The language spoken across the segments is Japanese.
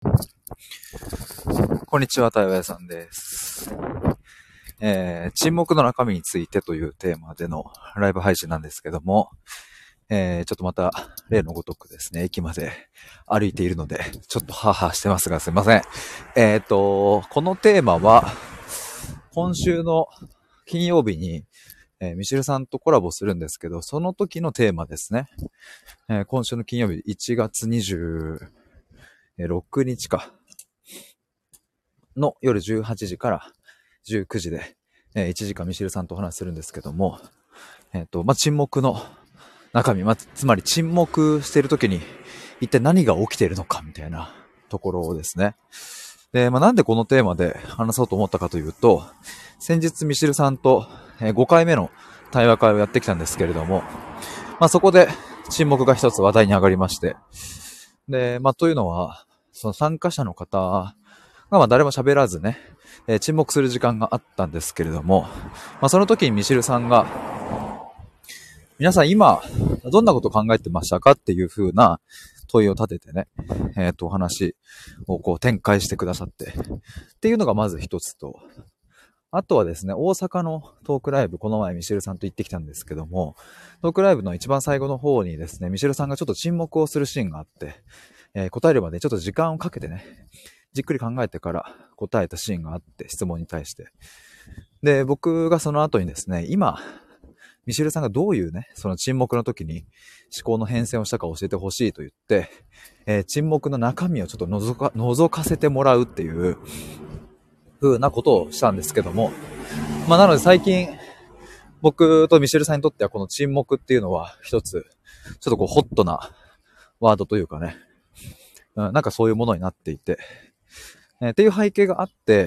こんにちは、対話屋さんです。沈黙の中身についてというテーマでのライブ配信なんですけども、ちょっとまた例のごとくですね、駅まで歩いているので、ちょっとハーハーしてますがすいません。このテーマは、今週の金曜日に、ミシルさんとコラボするんですけど、その時のテーマですね。今週の金曜日、1月26日か。の夜18時から19時で、1時間ミシルさんとお話しするんですけども、沈黙の中身、つまり沈黙している時に一体何が起きているのかみたいなところですね。で、なんでこのテーマで話そうと思ったかというと、先日ミシルさんと5回目の対話会をやってきたんですけれども、そこで沈黙が一つ話題に上がりまして、で、というのは、その参加者の方が誰も喋らずね、沈黙する時間があったんですけれども、その時にミシルさんが、皆さん今、どんなことを考えてましたかっていう風な問いを立ててね、お話をこう展開してくださって、っていうのがまず一つと、あとはですね、大阪のトークライブ、この前ミシルさんと行ってきたんですけども、トークライブの一番最後の方にですね、ミシルさんがちょっと沈黙をするシーンがあって、答えるまでちょっと時間をかけてね、じっくり考えてから答えたシーンがあって、質問に対して。で、僕がその後にですね、今、ミシェルさんがどういうね、その沈黙の時に思考の変遷をしたか教えてほしいと言って、沈黙の中身をちょっと覗かせてもらうっていう風なことをしたんですけども、なので最近、僕とミシェルさんにとってはこの沈黙っていうのは一つ、ちょっとこうホットなワードというかね、なんかそういうものになっていて、っていう背景があって、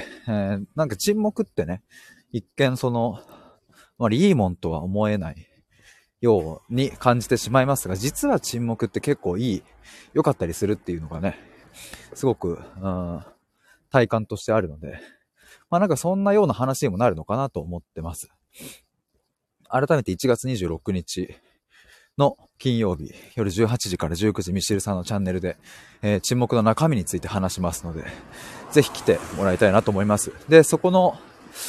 なんか沈黙ってね、一見その、いいもんとは思えないように感じてしまいますが、実は沈黙って結構良かったりするっていうのがね、すごく、体感としてあるので、なんかそんなような話にもなるのかなと思ってます。改めて1月26日の金曜日夜18時から19時ミシルさんのチャンネルで、沈黙の中身について話しますので、ぜひ来てもらいたいなと思います。で、そこの、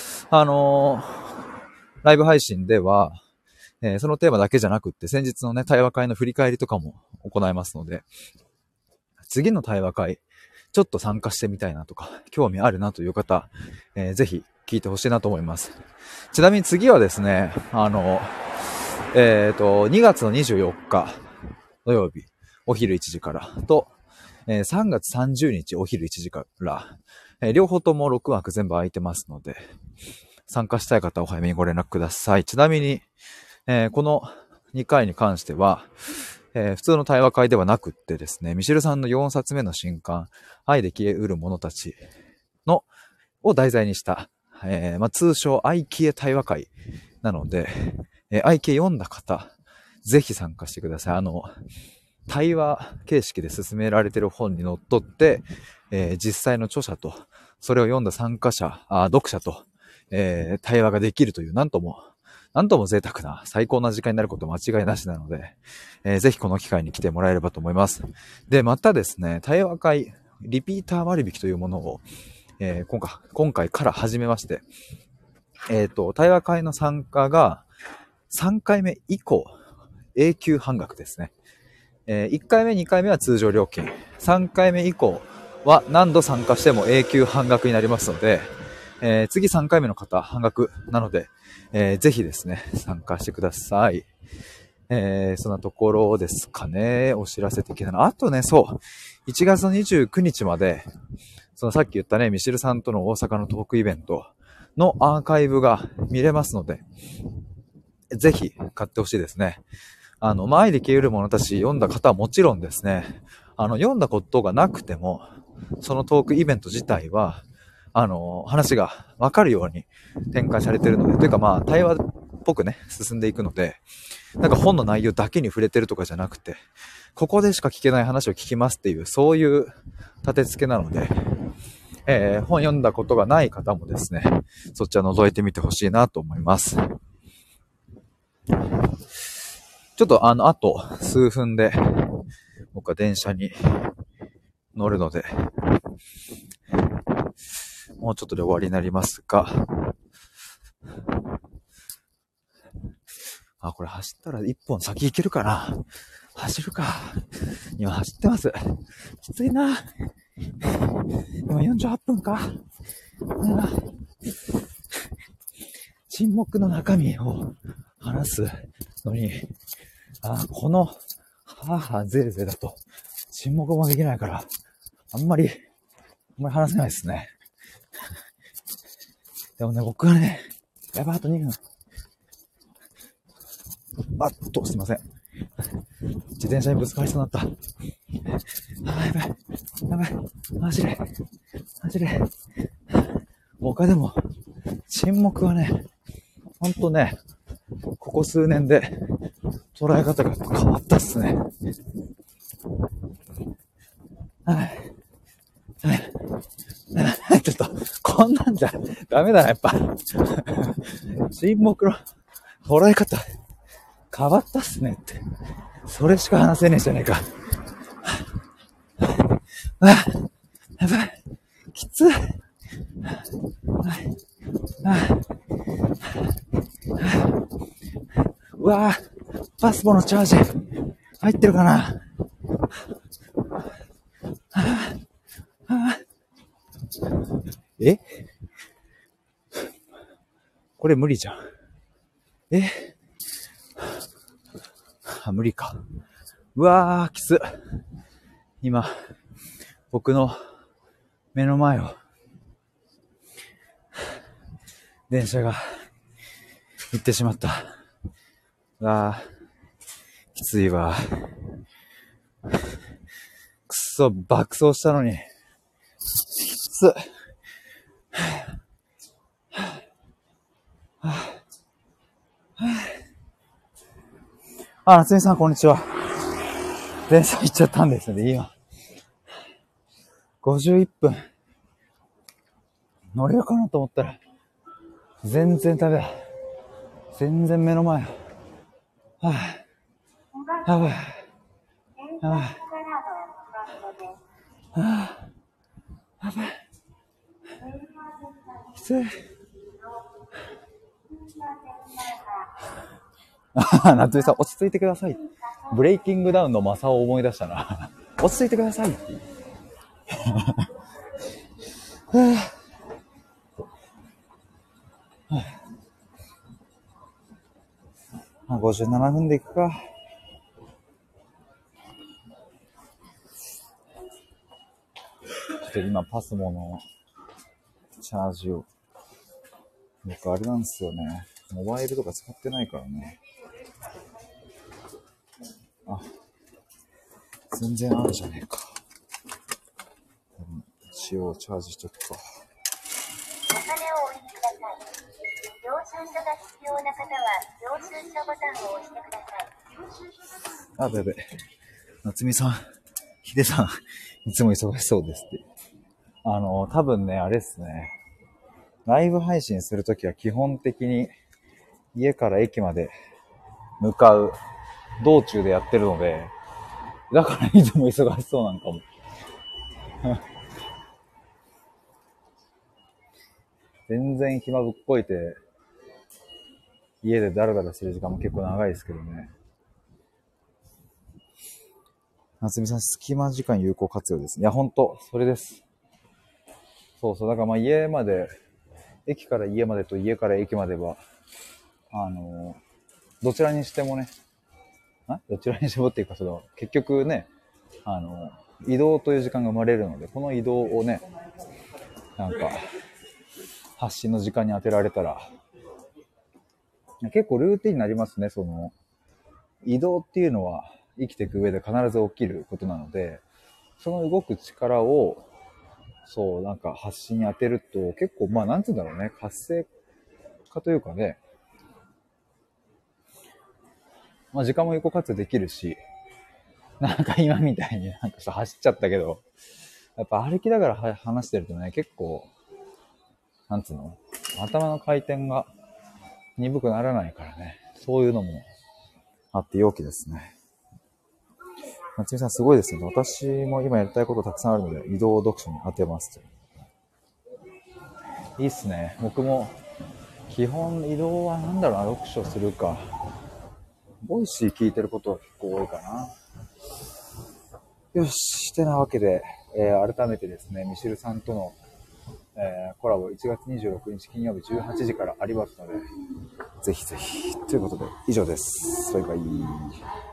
ライブ配信では、そのテーマだけじゃなくって先日のね、対話会の振り返りとかも行いますので、次の対話会、ちょっと参加してみたいなとか、興味あるなという方、ぜひ聞いてほしいなと思います。ちなみに次はですね、2月の24日土曜日、お昼1時からと、3月30日お昼1時から、両方とも6枠全部空いてますので、参加したい方はお早めにご連絡ください。ちなみに、この2回に関しては、普通の対話会ではなくってですね、ミシェルさんの4冊目の新刊、愛で消えうる者たちを題材にした、通称愛消え対話会なので、愛消え読んだ方、ぜひ参加してください。対話形式で進められている本にのっとって、実際の著者と、それを読んだ読者と、対話ができるという、なんとも贅沢な、最高な時間になること間違いなしなので、ぜひこの機会に来てもらえればと思います。で、またですね、対話会、リピーター割引というものを、今回から始めまして、対話会の参加が3回目以降、永久半額ですね。1回目、2回目は通常料金。3回目以降は何度参加しても永久半額になりますので、次3回目の方、半額なので、ぜひですね、参加してください。そんなところですかね。お知らせ的なの。あとね、そう。1月の29日まで、そのさっき言ったね、ミシルさんとの大阪のトークイベントのアーカイブが見れますので、ぜひ買ってほしいですね。愛で消える者たち読んだ方はもちろんですね、読んだことがなくても、そのトークイベント自体は、話がわかるように展開されているので、というか対話っぽくね、進んでいくので、なんか本の内容だけに触れてるとかじゃなくて、ここでしか聞けない話を聞きますっていう、そういう立て付けなので、本読んだことがない方もですね、そっちは覗いてみてほしいなと思います。ちょっとあと数分で僕は電車に乗るので、もうちょっとで終わりになりますが、これ走ったら一本先行けるかな。走るか。今走ってます。きついな。今48分か。沈黙の中身を話すのに、この、ぜいぜいだと、沈黙もできないから、あんまり話せないですね。でもね、僕はね、やばい、あと2分。すいません。自転車にぶつかりそうになった。やばい。走れ。他でも、沈黙はね、ほんとね、ここ数年で捉え方が変わったっすね。ちょっと、こんなんじゃダメだな、やっぱ。沈黙の捉え方、変わったっすねって。それしか話せねえじゃねえか。やばい。きつい。うわぁ、パスポのチャージ、入ってるかな。これ無理じゃん。無理か。うわー、きつ。今、僕の目の前を、電車が行ってしまった。きついわ。くそ、爆走したのに。きつ。夏美さん、こんにちは。電車行っちゃったんですね、今。51分。乗れるかなと思ったら、全然ダメだ。全然目の前。やばい。きつい。夏美さん、落ち着いてください。ブレイキングダウンのマサを思い出したな。落ち着いてください。57分で行くか。ちょっと今パスモのチャージを。僕あれなんですよね。モバイルとか使ってないからね。全然あるじゃねえか。塩をチャージしとくか。お金をお入れください。領収書が必要な方は領収書ボタンを押してください。やべ。夏美さん、ヒデさん、いつも忙しそうですって。多分ね、あれですね。ライブ配信するときは基本的に家から駅まで向かう道中でやってるので、だからいつも忙しそうなんかも。全然暇ぶっこいて、家でダラダラする時間も結構長いですけどね。夏美さん、隙間時間有効活用です。いや、ほんと、それです。そう、だから家まで、駅から家までと家から駅までは、どちらにしてもね、どちらにしてもっていうか、結局ね、移動という時間が生まれるので、この移動をね、なんか、発信の時間に当てられたら、結構ルーティンになりますね。移動っていうのは生きていく上で必ず起きることなので、その動く力を、なんか発信に当てると、結構、なんて言うんだろうね、活性化というかね、時間も有効活用できるし、なんか今みたいになんか走っちゃったけど、やっぱ歩きながら話してるとね、結構、なんつうの、頭の回転が鈍くならないからね、そういうのもあって良きですね。 つみさんすごいですね。私も今やりたいことたくさんあるので、移動読書に当てますと。いいっすね。僕も、基本移動はなんだろうな、読書するか。ボイシー聞いてることは結構多いかな。よし、てなわけで、改めてですね、ミシルさんとの、コラボ1月26日金曜日18時からありますので、ぜひぜひ。ということで、以上です。バイバイ。